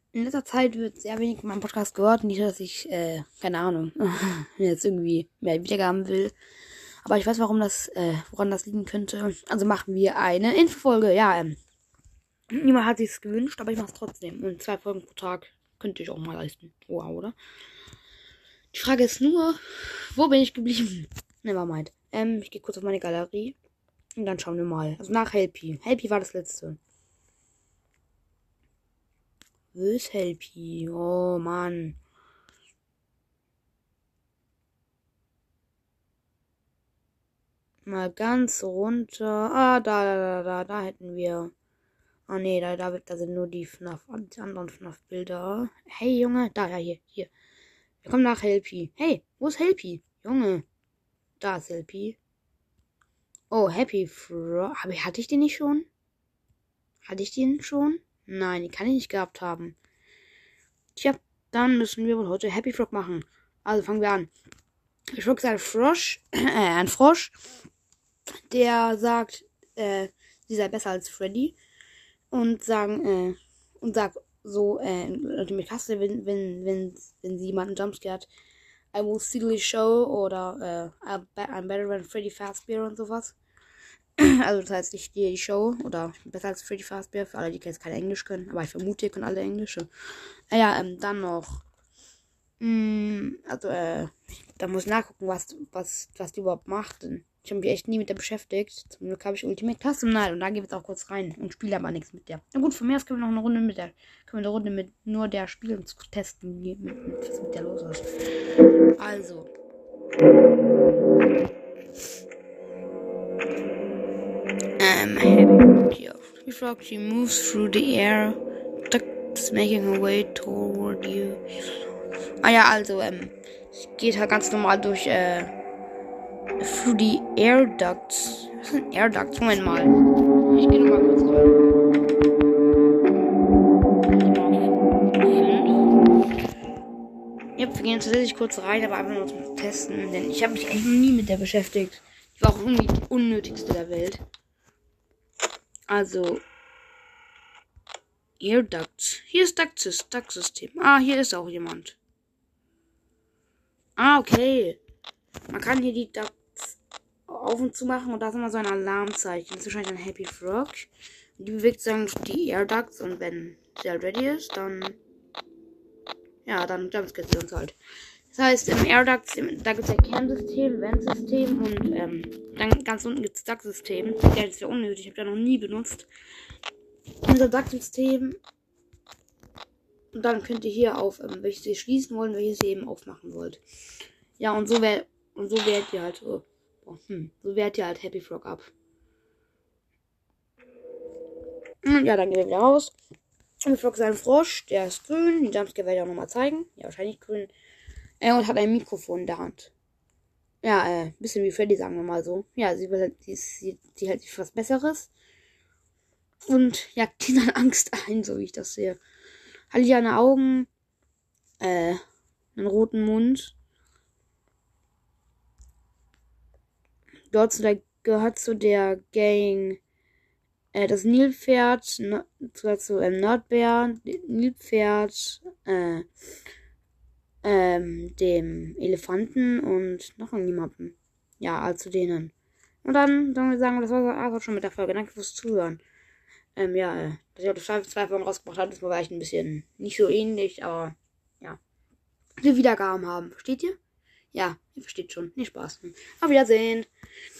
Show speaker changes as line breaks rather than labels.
in letzter Zeit wird sehr wenig in meinem Podcast gehört. Nicht, dass ich, keine Ahnung, jetzt irgendwie mehr Wiedergaben will. Aber ich weiß, woran das liegen könnte. Also machen wir eine Infofolge. Ja, niemand hat sich's gewünscht, aber ich mach's trotzdem. Und 2 Folgen pro Tag könnte ich auch mal leisten. Wow, oder? Die Frage ist nur, wo bin ich geblieben? Nevermind. Ich gehe kurz auf meine Galerie. Und dann schauen wir mal. Also nach Helpy. Helpy war das letzte. Wo ist Helpy? Oh, Mann. Mal ganz runter. Ah, da hätten wir. Ah, nee, da sind nur die anderen FNAF-Bilder. Hey, Junge. Da, ja, hier. Wir kommen nach Helpy. Hey, wo ist Helpy? Junge. Da ist Helpy. Oh, Happy Frog. Hatte ich den nicht schon? Hatte ich den schon? Nein, den kann ich nicht gehabt haben. Tja, dann müssen wir wohl heute Happy Frog machen. Also fangen wir an. Frog ist ein Frosch, der sagt, sie sei besser als Freddy. Und sagt so, mit Kasse, wenn sie jemanden jumpscared, I will steal the show oder I'm better than Freddy Fazbear und sowas. Also das heißt, ich stehe die Show oder ich bin besser als Freddy Fazbear, für alle, die jetzt kein Englisch können, aber ich vermute, ihr könnt alle Englische. Dann noch. Da muss ich nachgucken, was die überhaupt macht. Denn ich habe mich echt nie mit der beschäftigt. Zum Glück habe ich Ultimate Custom Night und da gehen wir jetzt auch kurz rein und spiele aber nichts mit der. Na gut, von mir aus können wir noch eine Runde mit nur der spielen, um zu testen, was mit der los ist. Also. Here. The frog, she moves through the air, ducks making her way toward you. Es geht halt ganz normal durch, through the air ducts. Was sind Air Ducts? Moment mal. Ich gehe nochmal kurz rein. Ja, wir gehen tatsächlich kurz rein, aber einfach nur zum Testen, denn ich habe mich eigentlich noch nie mit der beschäftigt. Die war auch irgendwie die unnötigste der Welt. Also, Air Ducts. Hier ist Duct-System. Ah, hier ist auch jemand. Ah, okay. Man kann hier die Ducts auf und zu machen und da ist immer so ein Alarmzeichen. Das ist wahrscheinlich ein Happy Frog. Die bewegt sich dann die Air Ducts und wenn sie halt ready ist, dann jumpscares sie uns halt. Das heißt, im Air Ducts, da gibt es ja Kernsystem, Ventsystem und dann ganz unten gibt es Duct-System. Der ist ja unnötig, ich habe ja noch nie benutzt. Unser Duct-System. Und dann könnt ihr hier auf, welches ihr schließen wollt, welches ihr eben aufmachen wollt. Ja, so wählt ihr halt, so wählt ihr halt Happy Frog ab. Ja, dann gehen wir wieder raus. Happy Frog ist ein Frosch, der ist grün. Die Jumpscare werde ich auch nochmal zeigen. Ja, wahrscheinlich grün. Und hat ein Mikrofon in der Hand. Ja, ein bisschen wie Freddy, sagen wir mal so. Ja, sie hält sich was Besseres. Und jagt ihn dann Angst ein, so wie ich das sehe. Hat lilane Augen, einen roten Mund. Gehört zu der Gang das Nilpferd, zu Nordbär, Nilpferd, dem Elefanten und noch jemandem. Ja, also denen. Und dann sollen wir sagen, das war auch schon mit der Folge. Danke fürs Zuhören. Dass ich auch das 2 Folgen rausgebracht habe, das war vielleicht ein bisschen nicht so ähnlich, aber ja. Wir Wiedergaben haben. Versteht ihr? Ja, ihr versteht schon. Nicht Spaß. Auf Wiedersehen.